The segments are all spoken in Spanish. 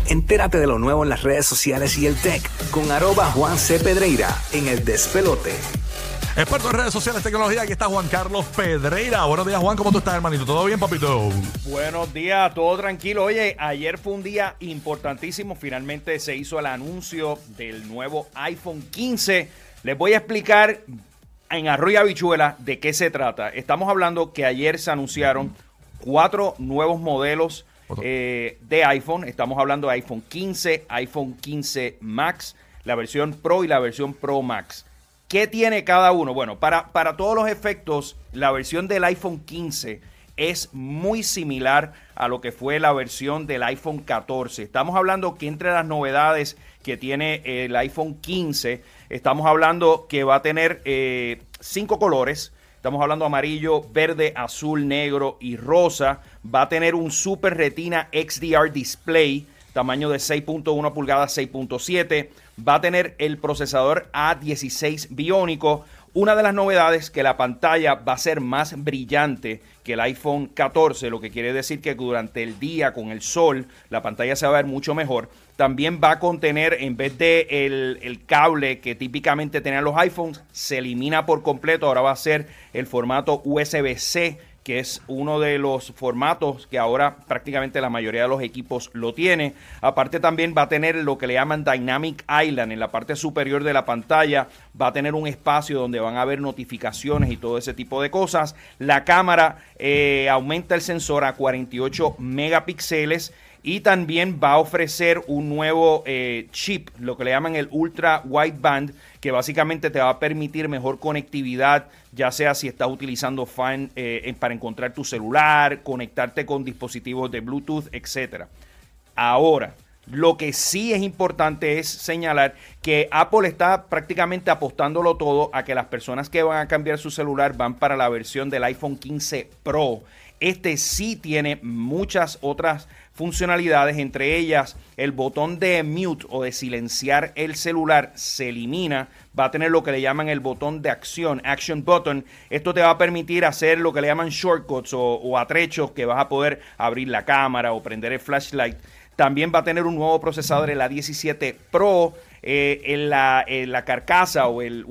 Entérate de lo nuevo en las redes sociales y el tech con @JuanCPedreira en El Despelote. Experto en redes sociales, tecnología, aquí está Juan Carlos Pedreira. Buenos días, Juan, ¿cómo tú estás, hermanito? ¿Todo bien, papito? Buenos días, todo tranquilo. Oye, ayer fue un día importantísimo. Finalmente se hizo el anuncio del nuevo iPhone 15. Les voy a explicar en arroz y habichuela de qué se trata. Estamos hablando que ayer se anunciaron 4 nuevos modelos de iPhone. Estamos hablando de iPhone 15, iPhone 15 Max, la versión Pro y la versión Pro Max. ¿Qué tiene cada uno? Bueno, para todos los efectos, la versión del iPhone 15 es muy similar a lo que fue la versión del iPhone 14. Estamos hablando que entre las novedades que tiene el iPhone 15, estamos hablando que va a tener 5 colores. Estamos hablando amarillo, verde, azul, negro y rosa. Va a tener un Super Retina XDR display, tamaño de 6.1 pulgadas, 6.7. Va a tener el procesador A16 biónico. Una de las novedades que la pantalla va a ser más brillante que el iPhone 14, lo que quiere decir que durante el día con el sol la pantalla se va a ver mucho mejor. También va a contener, en vez de el cable que típicamente tenían los iPhones, se elimina por completo. Ahora va a ser el formato USB-C, que es uno de los formatos que ahora prácticamente la mayoría de los equipos lo tiene. Aparte también va a tener lo que le llaman Dynamic Island en la parte superior de la pantalla. Va a tener un espacio donde van a haber notificaciones y todo ese tipo de cosas. La cámara aumenta el sensor a 48 megapíxeles. Y también va a ofrecer un nuevo chip, lo que le llaman el Ultra Wideband, que básicamente te va a permitir mejor conectividad, ya sea si estás utilizando fan para encontrar tu celular, conectarte con dispositivos de Bluetooth, etc. Ahora, lo que sí es importante es señalar que Apple está prácticamente apostándolo todo a que las personas que van a cambiar su celular van para la versión del iPhone 15 Pro. Este sí tiene muchas otras funcionalidades, entre ellas el botón de mute o de silenciar el celular se elimina. Va a tener lo que le llaman el botón de acción, action button. Esto te va a permitir hacer lo que le llaman shortcuts o atrechos, que vas a poder abrir la cámara o prender el flashlight. También va a tener un nuevo procesador, el A17 Pro. En la carcasa o el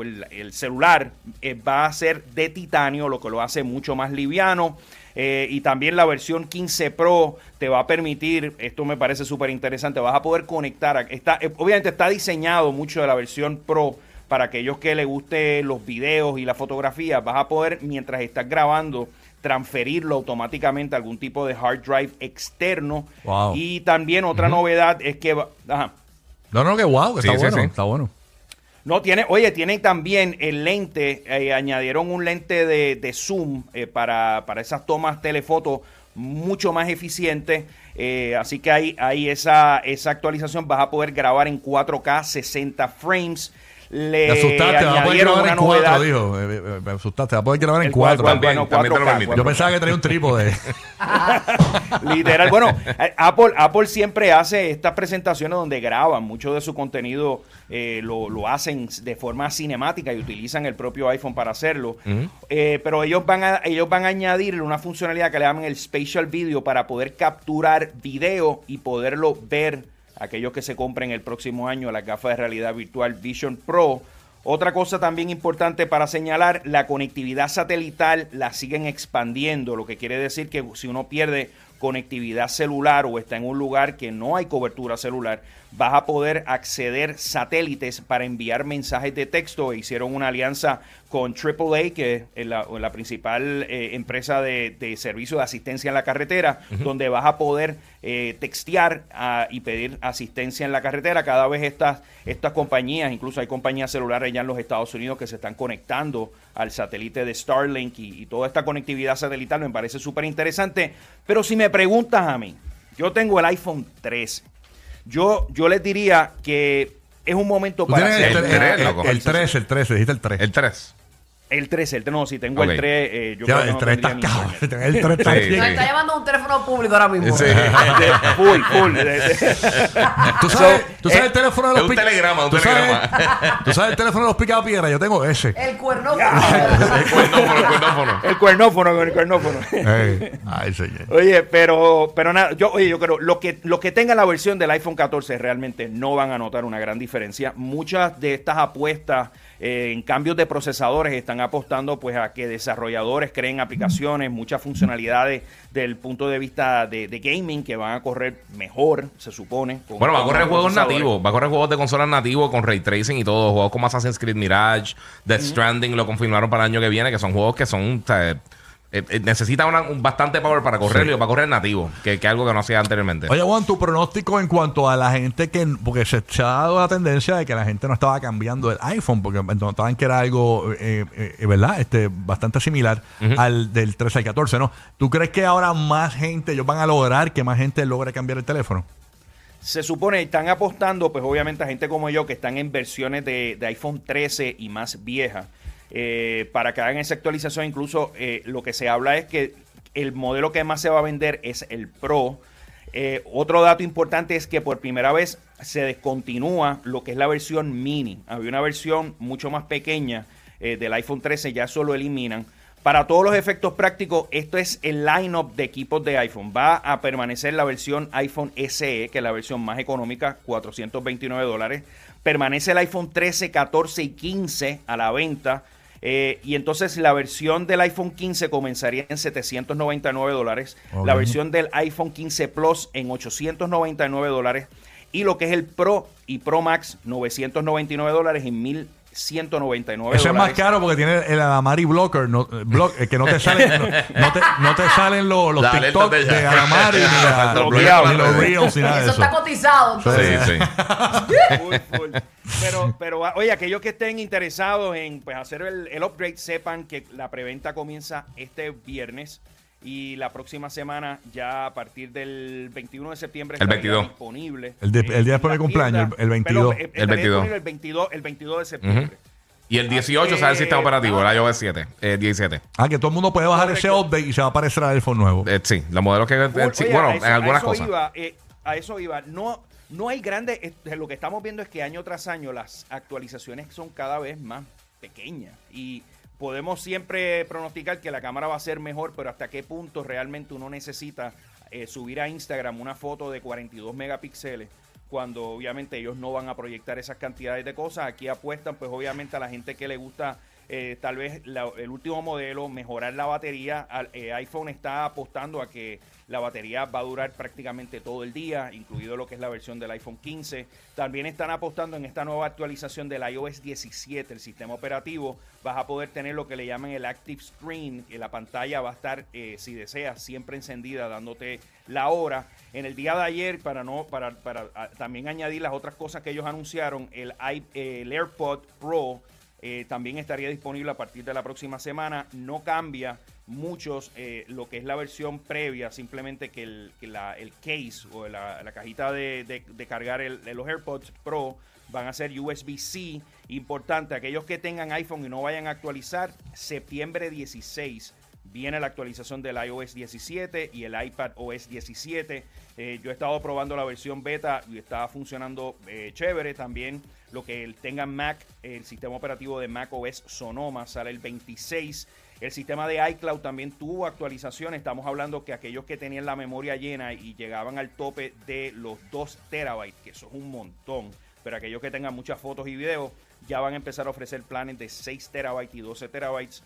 celular va a ser de titanio, lo que lo hace mucho más liviano. Y también la versión 15 Pro te va a permitir, esto me parece súper interesante, vas a poder conectar, obviamente está diseñado mucho de la versión Pro para aquellos que les guste los videos y la fotografía. Vas a poder, mientras estás grabando, transferirlo automáticamente a algún tipo de hard drive externo. Wow. Y también otra novedad es que ajá. No, que wow, que Sí, está sí, bueno, sí. está bueno. No, tienen también el lente, añadieron un lente de zoom para esas tomas telefoto mucho más eficiente. Así que hay esa actualización. Vas a poder grabar en 4K 60 frames. Me asustaste, vas a poder grabar en 4, dijo. Me asustaste, vas a poder grabar en 4. Bueno, También te lo 4K, permite. Yo pensaba que traía un trípode. Literal. Bueno, Apple siempre hace estas presentaciones donde graban mucho de su contenido, lo hacen de forma cinemática y utilizan el propio iPhone para hacerlo. Pero ellos van a añadirle una funcionalidad que le llaman el Spatial Video para poder capturar video y poderlo ver aquellos que se compren el próximo año las gafas de realidad virtual Vision Pro. Otra cosa también importante para señalar, la conectividad satelital la siguen expandiendo, lo que quiere decir que si uno pierde conectividad celular o está en un lugar que no hay cobertura celular, vas a poder acceder satélites para enviar mensajes de texto. Hicieron una alianza con AAA, que es la principal empresa de servicio de asistencia en la carretera, donde vas a poder textear y pedir asistencia en la carretera. Cada vez estas compañías, incluso hay compañías celulares ya en los Estados Unidos que se están conectando al satélite de Starlink y toda esta conectividad satelital me parece súper interesante. Pero si me preguntas a mí, yo tengo el iPhone 13. Yo les diría que es un momento para hacer el 13, dijiste el 3. El 3. El 13, no, si tengo Ok. el 3, yo Ya, creo que el no 3 está tendría ni cabrón. internet. El 3 está Sí, aquí. Nos está llamando un teléfono público ahora mismo. Sí. Full. ¿Tú sabes el teléfono de Es los un telegrama, un ¿Tú sabes- telegrama. ¿Tú sabes el teléfono de los picapiedras? Yo tengo ese. El cuerno. El cuernófono. El cuernófono. Ay, señor. Oye, pero nada, yo creo, lo que tenga la versión del iPhone 14 realmente no van a notar una gran diferencia. Muchas de estas apuestas en cambios de procesadores están apostando pues a que desarrolladores creen aplicaciones, muchas funcionalidades del punto de vista de gaming que van a correr mejor, se supone. Bueno, va a correr con juegos procesadores. nativos, va a correr juegos de consolas nativos con ray tracing y todo, juegos como Assassin's Creed Mirage, Death Stranding lo confirmaron para el año que viene, que son juegos que son, o sea, necesita bastante power para correrlo y va a correr nativo, que es algo que no hacía anteriormente. Oye, Juan, tu pronóstico en cuanto a la gente que... Porque se ha dado la tendencia de que la gente no estaba cambiando el iPhone, porque notaban que era algo, ¿verdad? Bastante similar al del 13 al 14, ¿no? ¿Tú crees que ahora más gente, ellos van a lograr que más gente logre cambiar el teléfono? Se supone, están apostando, pues obviamente a gente como yo que están en versiones de iPhone 13 y más viejas, para que hagan esa actualización. Incluso lo que se habla es que el modelo que más se va a vender es el Pro. Otro dato importante es que por primera vez se descontinúa lo que es la versión mini. Había una versión mucho más pequeña del iPhone 13, ya eso lo eliminan. Para todos los efectos prácticos, esto es el line-up de equipos de iPhone. Va a permanecer la versión iPhone SE, que es la versión más económica, $429. Permanece el iPhone 13, 14 y 15 a la venta. Y entonces la versión del iPhone 15 comenzaría en $799. Ok. La versión del iPhone 15 Plus en $899. Y lo que es el Pro y Pro Max, $999 y $1,199. Eso es más caro porque tiene el Adamari Blocker, que no te salen, no te salen los La TikTok alerta de Adamari, Bloqueado. ni los Reels, ni nada de Eso eso. está cotizado. Entonces. Sí, sí. Full. Pero oye, aquellos que estén interesados en pues, hacer el upgrade, sepan que la preventa comienza este viernes y la próxima semana, ya a partir del 21 de septiembre, El estaría 22. disponible. El día después de mi en la cumpleaños, tienda. el 22. Pero, El 22. disponible el 22 de septiembre. Ujú. Y el 18 sale el sistema operativo, el iOS 17. Que todo el mundo puede bajar ese Correcto. update y se va a aparecer el iPhone nuevo. Sí, los modelos que... sí, Oye, bueno, a eso- en algunas a eso cosas. iba, a eso iba. No hay grandes. Lo que estamos viendo es que año tras año las actualizaciones son cada vez más pequeñas. Y podemos siempre pronosticar que la cámara va a ser mejor, pero hasta qué punto realmente uno necesita subir a Instagram una foto de 42 megapíxeles, cuando obviamente ellos no van a proyectar esas cantidades de cosas. Aquí apuestan pues obviamente a la gente que le gusta tal vez el último modelo, mejorar la batería. iPhone está apostando a que la batería va a durar prácticamente todo el día, incluido lo que es la versión del iPhone 15. También están apostando en esta nueva actualización del iOS 17, el sistema operativo. Vas a poder tener lo que le llaman el Active Screen, que la pantalla va a estar, si deseas, siempre encendida, dándote la hora. En el día de ayer, para también añadir las otras cosas que ellos anunciaron, el AirPod Pro también estaría disponible a partir de la próxima semana. No cambia muchos lo que es la versión previa, simplemente que el case o la cajita de cargar los AirPods Pro van a ser USB-C. Importante, aquellos que tengan iPhone y no vayan a actualizar, septiembre 16 viene la actualización del iOS 17 y el iPad OS 17. Yo he estado probando la versión beta y está funcionando chévere. También lo que tengan Mac, el sistema operativo de Mac OS Sonoma sale el 26. El sistema de iCloud también tuvo actualizaciones. Estamos hablando que aquellos que tenían la memoria llena y llegaban al tope de los 2 terabytes, que eso es un montón, pero aquellos que tengan muchas fotos y videos ya van a empezar a ofrecer planes de 6 terabytes y 12 terabytes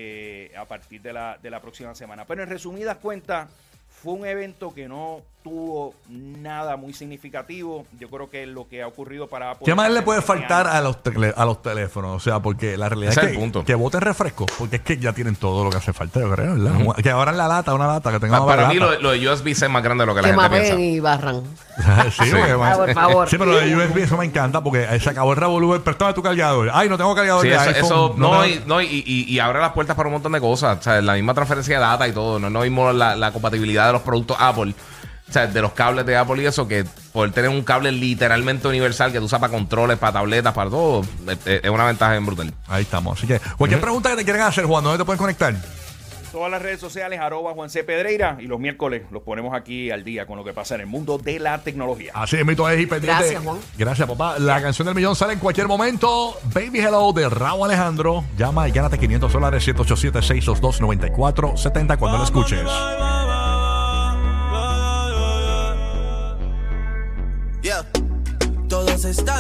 a partir de la próxima semana. Pero en resumidas cuentas, fue un evento que no tuvo nada muy significativo. Yo creo que lo que ha ocurrido para Apple... ¿Qué más le puede este faltar año, a los teléfonos? O sea, porque la realidad Ese es es el punto. que boten refresco, porque es que ya tienen todo lo que hace falta, yo creo, ¿verdad? Que abran una lata, que tengan Para más mí lata. lo de USB-C es más grande de lo que la Que gente mamen piensa. y barran. Sí, porque, Por favor. Sí, pero lo de USB eso me encanta porque se acabó el revolver. Préstame tu cargador. Ay, no tengo cargador Sí, de eso, iPhone. y abre las puertas para un montón de cosas. O sea, la misma transferencia de data y todo. No es lo mismo la compatibilidad de los productos Apple O sea, de los cables de Apple y eso, que poder tener un cable literalmente universal que tú usas para controles, para tabletas, para todo, es una ventaja bien brutal. Ahí estamos. Así que cualquier pregunta que te quieran hacer, Juan, ¿dónde te pueden conectar? Todas las redes sociales, @Juan C. Pedreira. Y los miércoles los ponemos aquí al día con lo que pasa en el mundo de la tecnología. Así es, mito es y pendiente. Gracias, Juan. Gracias, papá. La canción del millón sale en cualquier momento. Baby Hello de Raúl Alejandro. Llama y gánate $500, 787-622-9470 cuando lo escuches. Yeah. Todos están